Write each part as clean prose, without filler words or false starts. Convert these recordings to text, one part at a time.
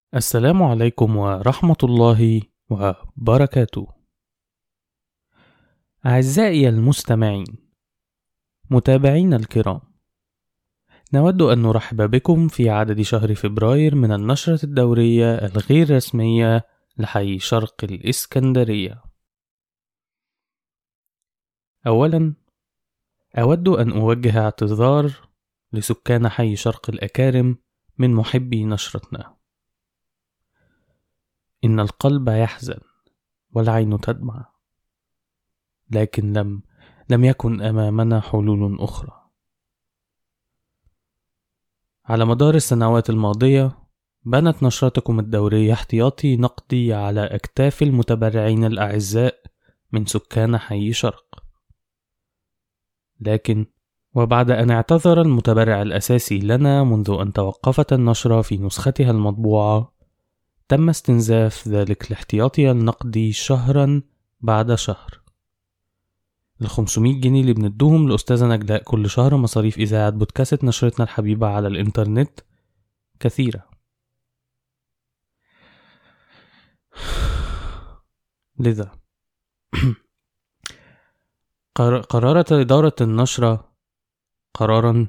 السلام عليكم ورحمة الله وبركاته. أعزائي المستمعين، متابعين الكرام، نود أن نرحب بكم في عدد شهر فبراير من النشرة الدورية الغير رسمية لحي شرق الإسكندرية. أولا، أود أن أوجه اعتذار لسكان حي شرق الأكارم من محبي نشرتنا. إن القلب يحزن والعين تدمع، لكن لم يكن أمامنا حلول أخرى. على مدار السنوات الماضية بنت نشرتكم الدورية احتياطي نقدي على أكتاف المتبرعين الأعزاء من سكان حي شرق، لكن وبعد أن اعتذر المتبرع الأساسي لنا منذ أن توقفت النشرة في نسختها المطبوعة، تم استنزاف ذلك الاحتياطي النقدي شهرا بعد شهر. 500 جنيه اللي بندوهم لأستاذة نجلاء كل شهر مصاريف إذاعة بودكاست نشرتنا الحبيبة على الإنترنت كثيرة. لذا قررت إدارة النشرة قرارا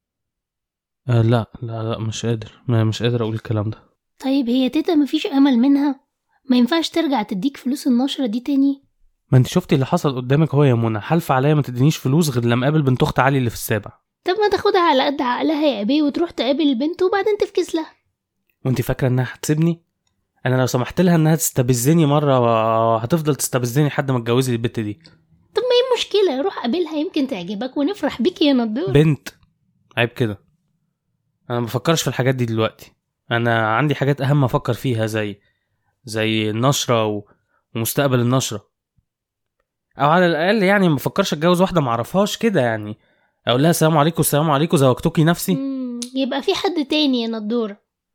لا مش قادر أقول الكلام ده. طيب هي تيتا مفيش أمل منها؟ ما ينفعش ترجع تديك فلوس النشرة دي تاني؟ ما انت شفتي اللي حصل قدامك هو يا منى، حلف عليا ما تدينيش فلوس غير لما اقابل بنت اخت علي اللي في السابع. طب ما تاخدها على قد عقلها يا أبي وتروح تقابل البنت وبعدين تفكس لها. وانت فاكرة انها هتسيبني؟ انا لو سمحت لها انها تستبزني مرة هتفضل تستبزني لحد ما تجوزي البنت دي. طب ما هي مشكلة، روح قابلها يمكن تعجبك ونفرح بيك يا نضور. بنت عيب كده، انا ما بفكرش في الحاجات دي دلوقتي. انا عندي حاجات اهم افكر فيها زي النشرة ومستقبل النشرة، او على الاقل يعني ما بفكرش اتجوز واحدة ما اعرفهاش كده، يعني اقول لها السلام عليكم السلام عليكم زوجتكي نفسي. يبقى في حد تاني يا نضور.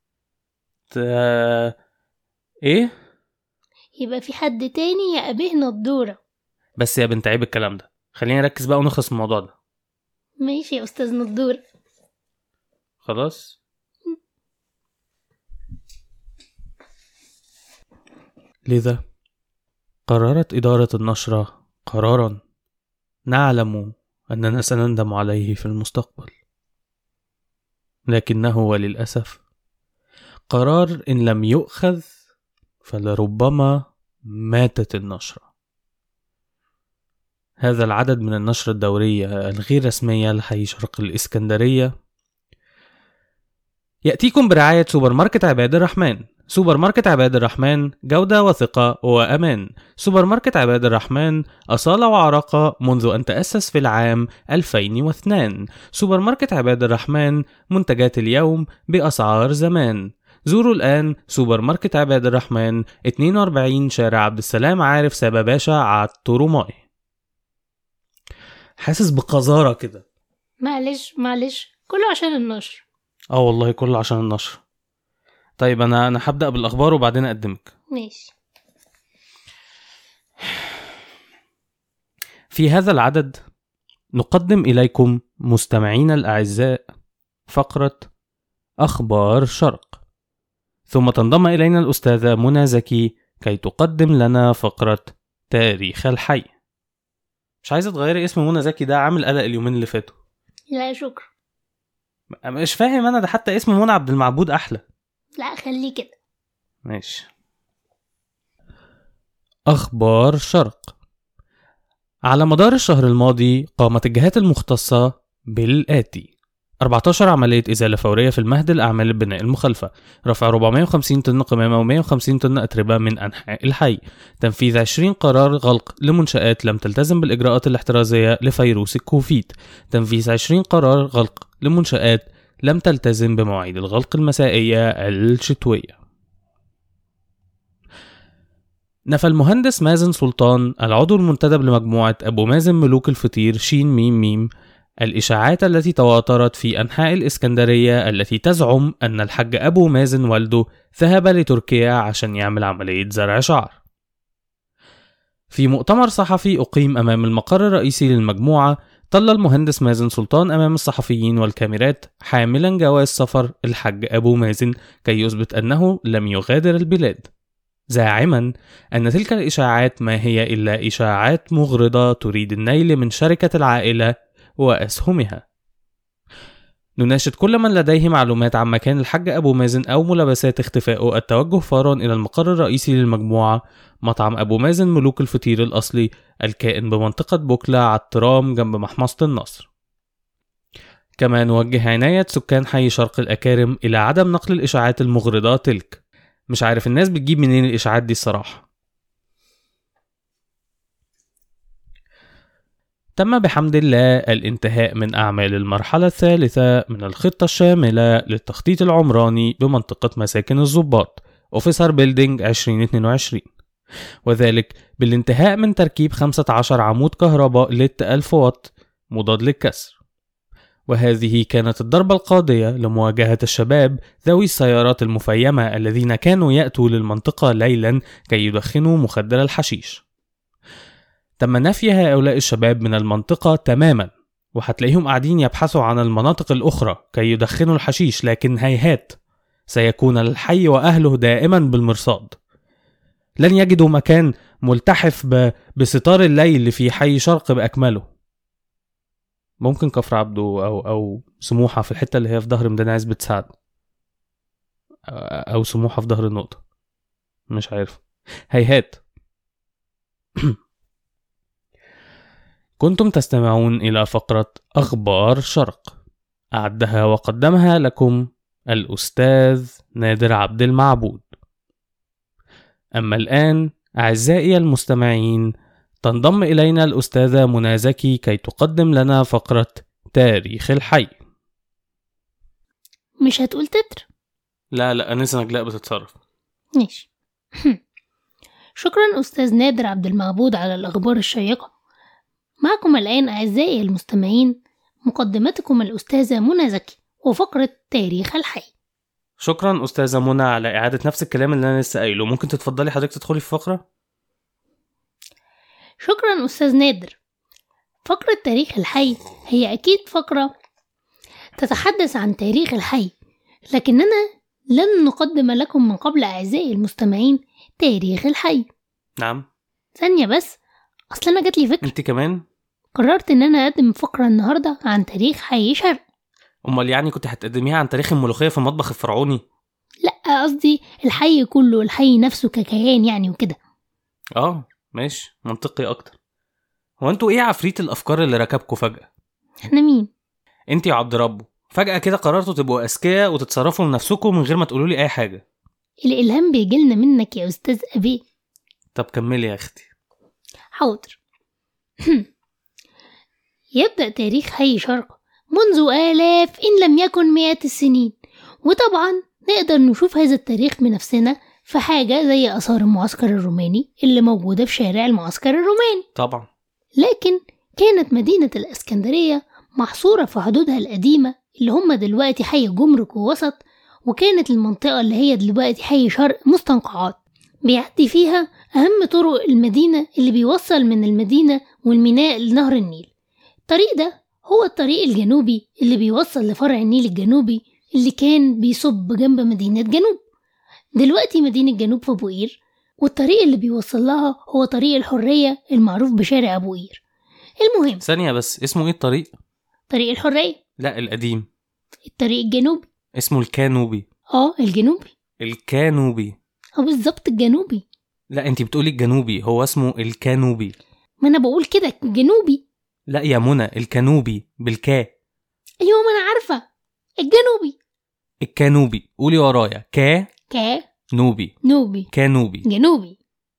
ايه؟ يبقى في حد تاني يا أبيه نضورة. بس يا بنت عيب الكلام ده، خلينا نركز بقى ونخلص من الموضوع ده. ماشي يا أستاذ نضور. خلاص. لذا قررت إدارة النشرة قرارا نعلم أننا سنندم عليه في المستقبل، لكنه وللأسف قرار إن لم يؤخذ فلربما ماتت النشرة. هذا العدد من النشرة الدورية الغير رسمية لحي شرق الإسكندرية يأتيكم برعاية سوبر ماركت عباد الرحمن. سوبر ماركت عباد الرحمن، جودة وثقة وأمان. سوبر ماركت عباد الرحمن، أصالة وعراقة منذ أن تأسس في العام 2002. سوبر ماركت عباد الرحمن، منتجات اليوم بأسعار زمان. زوروا الآن سوبر ماركت عباد الرحمن، 42 شارع عبد السلام عارف سابا باشا عالطرماي. حاسس بقذارة كده. معلش كله عشان النشر. والله كله عشان النشر. طيب انا هبدأ بالاخبار وبعدين اقدمك. ماشي. في هذا العدد نقدم اليكم مستمعين الاعزاء فقرة اخبار شرق، ثم تنضم الينا الاستاذة منى زكي كي تقدم لنا فقرة تاريخ الحي. مش عايزة تغيري اسم منى زكي، ده عامل قلق اليومين اللي فاتوا. لا شكرا. مش فاهم انا، ده حتى اسم منى عبد المعبود احلى. لا خليه كده. ماشي. أخبار شرق. على مدار الشهر الماضي قامت الجهات المختصة بالآتي: 14 عملية إزالة فورية في المهد لأعمال البناء المخالفة، رفع 450 طن قمامة و150 طن أتربة من أنحاء الحي، تنفيذ 20 قرار غلق لمنشآت لم تلتزم بالإجراءات الاحترازية لفيروس الكوفيد، تنفيذ 20 قرار غلق لمنشآت لم تلتزم بمواعيد الغلق المسائية الشتوية. نفى المهندس مازن سلطان العضو المنتدب لمجموعة أبو مازن ملوك الفطير شين ميم ميم الإشاعات التي تواترت في أنحاء الإسكندرية التي تزعم أن الحاج أبو مازن والده ذهب لتركيا عشان يعمل عملية زرع شعر. في مؤتمر صحفي أقيم أمام المقر الرئيسي للمجموعة، طل المهندس مازن سلطان أمام الصحفيين والكاميرات حاملا جواز سفر الحج أبو مازن كي يثبت أنه لم يغادر البلاد، زاعما أن تلك الإشاعات ما هي إلا إشاعات مغرضة تريد النيل من شركة العائلة وأسهمها. نناشد كل من لديه معلومات عن مكان الحج أبو مازن أو ملابسات اختفائه التوجه فورا إلى المقر الرئيسي للمجموعة، مطعم أبو مازن ملوك الفطير الأصلي الكائن بمنطقة بوكلا على الترام جنب محمصة النصر. كما نوجه عناية سكان حي شرق الأكارم إلى عدم نقل الإشاعات المغرضة تلك. مش عارف الناس بتجيب منين الإشاعات دي الصراحة. تم بحمد الله الانتهاء من أعمال المرحلة الثالثة من الخطة الشاملة للتخطيط العمراني بمنطقة مساكن الضباط أوفيسر بيلدينج 2022، وذلك بالانتهاء من تركيب 15 عمود كهرباء لت 1000 واط مضاد للكسر. وهذه كانت الضربة القاضية لمواجهة الشباب ذوي السيارات المفيمة الذين كانوا يأتوا للمنطقة ليلا كي يدخنوا مخدر الحشيش. تم نفي هؤلاء الشباب من المنطقة تماما، وهتلاقيهم قاعدين يبحثوا عن المناطق الأخرى كي يدخنوا الحشيش، لكن هيهات، سيكون الحي وأهله دائما بالمرصاد. لن يجدوا مكان ملتحف بستار الليل في حي شرق بأكمله. ممكن كفر عبده أو سموحة في الحتة اللي هي في ظهر ميدان عزبة سعد، أو سموحة في ظهر النقطة، مش عارف. هيهات. كنتم تستمعون إلى فقرة أخبار شرق، أعدها وقدمها لكم الأستاذ نادر عبد المعبود. أما الآن أعزائي المستمعين، تنضم إلينا الأستاذة منى زكي كي تقدم لنا فقرة تاريخ الحي. مش هتقول تتر؟ لا أنسة نجلاء بتتصرف. ماشي. شكرا أستاذ نادر عبد المعبود على الأخبار الشيقة. معكم الآن أعزائي المستمعين مقدمتكم الأستاذة منى زكي وفقرة تاريخ الحي. شكرا أستاذة منى على إعادة نفس الكلام اللي أنا لسه قايله. ممكن تتفضلي حضرتك تدخلي في فقرة؟ شكرا أستاذ نادر. فقرة تاريخ الحي هي أكيد فقرة تتحدث عن تاريخ الحي، لكننا لن نقدم لكم من قبل أعزائي المستمعين تاريخ الحي. نعم. ثانية بس، أصلا أنا جات لي فكرة. أنت كمان؟ قررت إن أنا أقدم فقرة النهاردة عن تاريخ حي شرق. أمال يعني كنت هتقدميها عن تاريخ الملوخية في المطبخ الفرعوني؟ لا، قصدي الحي كله، الحي نفسه ككيان يعني وكده. ماشي، منطقي أكتر. هو أنتوا إيه عفريت الأفكار اللي ركبكوا فجأة؟ إحنا مين؟ أنت يا عبد ربه، فجأة كده قررتوا تبقوا أذكياء وتتصرفوا من نفسكم من غير ما تقولوا لي أي حاجة. الإلهام بيجيلنا منك يا أستاذ أبي. طب كملي يا أختي. حاضر. يبدأ تاريخ حي شرق منذ آلاف إن لم يكن مئات السنين، وطبعا نقدر نشوف هذا التاريخ بنفسنا في حاجة زي آثار المعسكر الروماني اللي موجودة في شارع المعسكر الروماني طبعا. لكن كانت مدينة الإسكندرية محصورة في حدودها القديمة اللي هم دلوقتي حي جمرك ووسط، وكانت المنطقة اللي هي دلوقتي حي شرق مستنقعات بيعدي فيها أهم طرق المدينة اللي بيوصل من المدينة والميناء لنهر النيل. الطريق ده هو الطريق الجنوبي اللي بيوصل لفرع النيل الجنوبي اللي كان بيصب جنب مدينة جنوب، دلوقتي مدينة جنوب في أبو قير، والطريق اللي بيوصل لها هو طريق الحرية المعروف بشارع أبو قير. المهم، ثانية بس، اسمه ايه الطريق؟ طريق الحرية. لا، القديم. الطريق الجنوبي اسمه الكانوبي. الجنوبي. الكانوبي. بالظبط الجنوبي. لا، انتي بتقولي الجنوبي، هو اسمه الكانوبي. ما انا بقول كده الجنوبي. لا يا منى، الكانوبي بالكا. ايوه ما انا عارفة، الجنوبي. الكانوبي، قولي ورايا. نوبي. نوبي. كانوبي. جنوبي.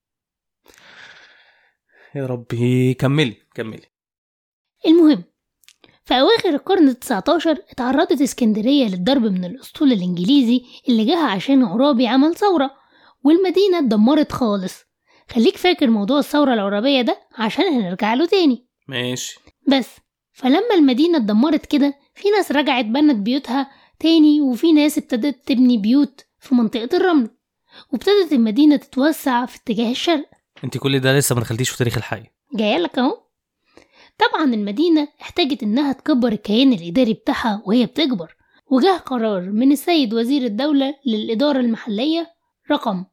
يا ربي، كملي. المهم، في أواخر القرن 19 اتعرضت اسكندرية للضرب من الأسطول الإنجليزي اللي جاها عشان عرابي عمل ثورة، والمدينة اتدمرت خالص. خليك فاكر موضوع الثورة العرابية ده عشان هنرجع له تاني. ماشي. بس فلما المدينة اتدمرت كده، في ناس رجعت بنت بيوتها تاني، وفي ناس ابتدت تبني بيوت في منطقة الرمل، وابتدت المدينة تتوسع في اتجاه الشرق. انت كل ده لسه ما دخلتيش في تاريخ الحي. جايلك اهو. طبعا المدينة احتاجت انها تكبر الكيان الاداري بتاعها وهي بتكبر، وجه قرار من السيد وزير الدولة للإدارة المحلية رقم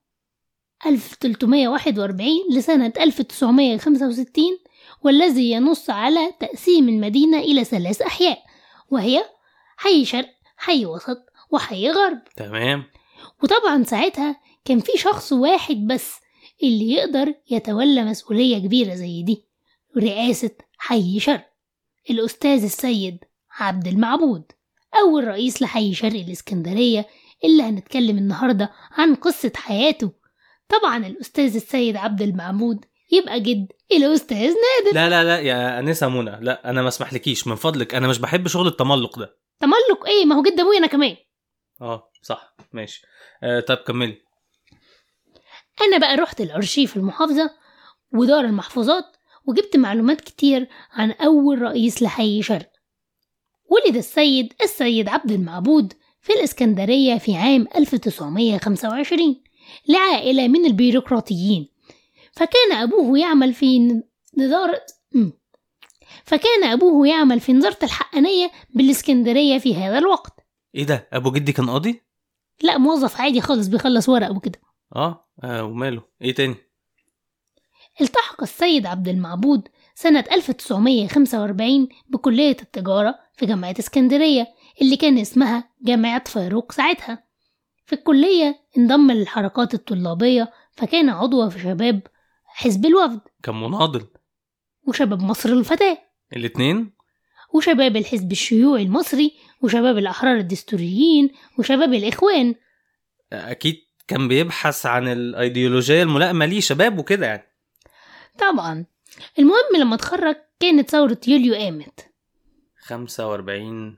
1341 لسنة 1965، والذي ينص على تقسيم المدينة إلى 3 أحياء، وهي حي شرق، حي وسط، وحي غرب. تمام. وطبعا ساعتها كان في شخص واحد بس اللي يقدر يتولى مسؤولية كبيرة زي دي، رئاسة حي شرق، الأستاذ السيد عبد المعبود، أول رئيس لحي شرق الإسكندرية اللي هنتكلم النهاردة عن قصة حياته. طبعا الأستاذ السيد عبد المعبود يبقى جد الأستاذ نادر. لا لا لا يا أنسة منى، لا أنا ما اسمحلكيش من فضلك، أنا مش بحب شغل التملق ده. تملق إيه؟ ما هو جد أبويا أنا كمان. صح ماشي. طب كملي. أنا بقى رحت الأرشيف المحافظة ودار المحفوظات وجبت معلومات كتير عن أول رئيس لحي شرق. ولد السيد عبد المعبود في الإسكندرية في عام 1925 لعائلة من البيروقراطيين، فكان أبوه يعمل في نظارة الحقانية بالإسكندرية في هذا الوقت. إيه ده؟ أبو جدي كان قاضي؟ لا، موظف عادي خالص بيخلص ورق وكده. وماله؟ إيه تاني؟ التحق السيد عبد المعبود سنة 1945 بكلية التجارة في جامعة اسكندرية اللي كان اسمها جامعة فاروق ساعتها. في الكلية انضم للحركات الطلابية، فكان عضو في شباب حزب الوفد، كان مناضل، وشباب مصر الفتاة الاتنين، وشباب الحزب الشيوعي المصري، وشباب الأحرار الدستوريين، وشباب الإخوان. أكيد كان بيبحث عن الأيديولوجية الملائمة ليه شباب وكده يعني. طبعا. المهم لما اتخرج كانت ثورة يوليو قامت 45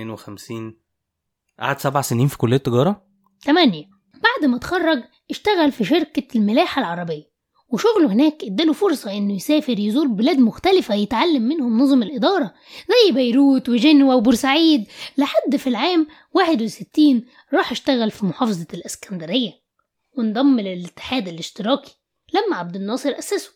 52، قعد 7 سنين في كلية تجارة. 8. بعد ما اتخرج اشتغل في شركة الملاحة العربية، وشغله هناك اداله فرصة انه يسافر يزور بلاد مختلفة يتعلم منهم نظم الإدارة زي بيروت وجنوة وبورسعيد، لحد في العام 61 راح اشتغل في محافظة الإسكندرية وانضم للاتحاد الاشتراكي لما عبد الناصر أسسه،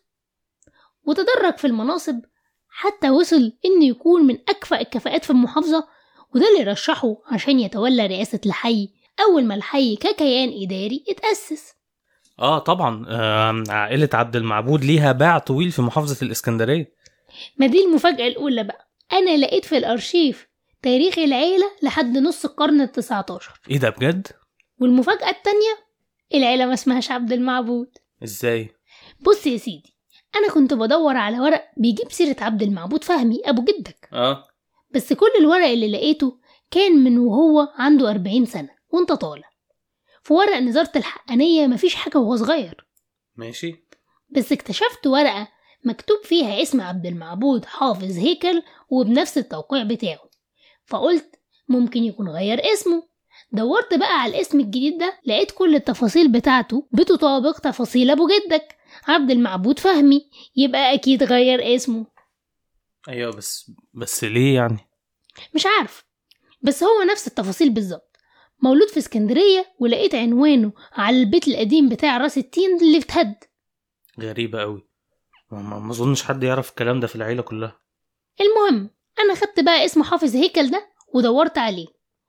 وتدرج في المناصب حتى وصل انه يكون من أكفأ الكفاءات في المحافظة، وده اللي رشحه عشان يتولى رئاسة الحي أول ما الحي ككيان إداري اتأسس. طبعا. عائلة عبد المعبود ليها باع طويل في محافظة الإسكندرية. ما دي المفاجأة الأولى بقى، أنا لقيت في الأرشيف تاريخ العيلة لحد نص القرن 19. إيه ده بجد؟ والمفاجأة التانية، العيلة ما اسمهاش عبد المعبود. إزاي؟ بص يا سيدي، أنا كنت بدور على ورق بيجيب سيرة عبد المعبود فهمي أبو جدك. بس كل الورق اللي لقيته كان من وهو عنده 40 سنة وانت طالع. في ورق نظارة الحقانية مفيش حاجة وهو صغير. ماشي. بس اكتشفت ورقة مكتوب فيها اسم عبد المعبود حافظ هيكل وبنفس التوقيع بتاعه، فقلت ممكن يكون غير اسمه. دورت بقى على الاسم الجديد ده، لقيت كل التفاصيل بتاعته بتطابق تفاصيل أبو جدك عبد المعبود فهمي، يبقى أكيد غير اسمه. أيوة، بس ليه يعني؟ مش عارف، بس هو نفس التفاصيل بالظبط. مولود في اسكندرية، ولقيت عنوانه على البيت القديم بتاع راس التين اللي اتهد. غريبة قوي، ما اظنش حد يعرف الكلام ده في العيلة كلها. المهم أنا خدت بقى اسم حافظ هيكل ده ودورت عليه،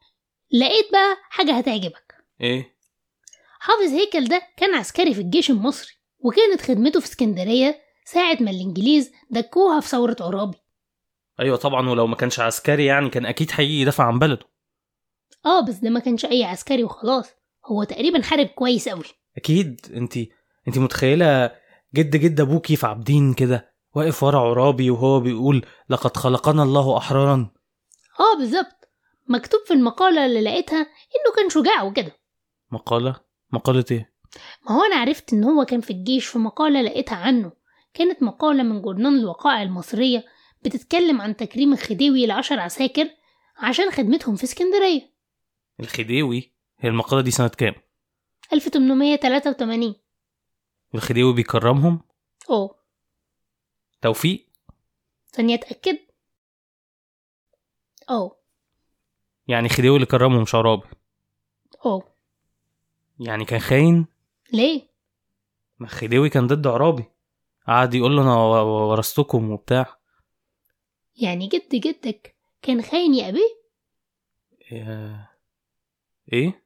لقيت بقى حاجة هتعجبك. ايه؟ حافظ هيكل ده كان عسكري في الجيش المصري، وكانت خدمته في اسكندرية ساعة ما الإنجليز دكوها في ثورة عرابي. أيوة طبعا، ولو ما كانش عسكري يعني كان أكيد هيجي يدافع عن بلده. بس ده ما كانش أي عسكري وخلاص، هو تقريبا حارب كويس قوي. أكيد. انتي متخيلة جد أبوكي في عابدين كده واقف ورا عرابي وهو بيقول لقد خلقنا الله أحرارا؟ بالظبط. مكتوب في المقالة اللي لقيتها إنه كان شجاع وكده. مقالة ايه؟ ما هو أنا عرفت إن هو كان في الجيش في مقالة لقيتها عنه، كانت مقالة من جورنال الوقائع المصرية بتتكلم عن تكريم الخديوي ل10 عساكر عشان خدمتهم في اسكندرية. الخديوي؟ هي المقالة دي سنة كام؟ 1883. الخديوي بيكرمهم؟ توفيق؟ ثانية أتأكد. يعني خديوي اللي كرمهم مش عرابي؟ يعني كان خاين؟ ليه؟ ما خديوي كان ضد عرابي، قعد يقول له انا ورثتكم وبتاع. يعني جد جدك كان خاين يا أبيه؟ ايه؟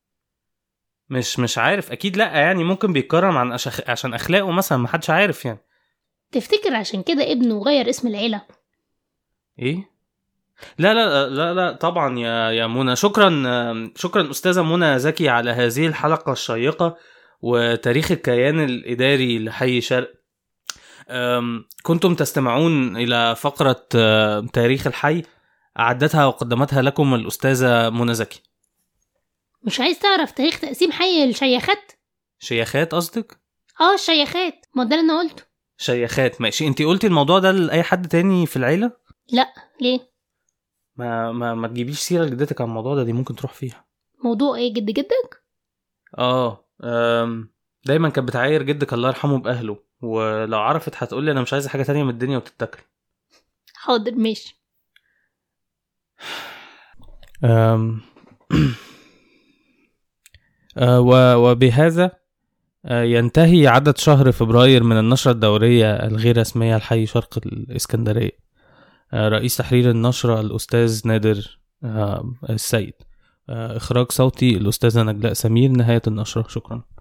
مش عارف، اكيد لا، يعني ممكن بيتكرم عشان اخلاقه مثلا، محدش عارف يعني. تفتكر عشان كده ابنه غير اسم العيلة؟ ايه؟ لا لا لا لا طبعا يا منى. شكرا استاذة منى زكي على هذه الحلقة الشيقة وتاريخ الكيان الإداري لحي شرق. كنتم تستمعون إلى فقرة تاريخ الحي، أعدتها وقدمتها لكم الأستاذة منى زكي. مش عايز تعرف تاريخ تقسيم حي الشيخات؟ شيخات قصدك؟ الشيخات، ما ده اللي انا قلته. شيخات ماشي. انتي قلتي الموضوع ده لأي حد تاني في العيلة؟ لا، ليه؟ ما تجيبيش سيرة لجدتك عن الموضوع ده، دي ممكن تروح فيها. موضوع ايه جد جدك؟ دايما كانت بتعاير جدك الله يرحمه بأهله، ولو عرفت هتقولي انا مش عايزة حاجة تانية من الدنيا وتتكل. حاضر ماشي. وبهذا ينتهي عدد شهر فبراير من النشرة الدورية الغير رسمية لحي شرق الإسكندرية. رئيس تحرير النشرة الأستاذ نادر السيد. إخراج صوتي الأستاذة نجلاء سمير. نهاية النشرة. شكرا.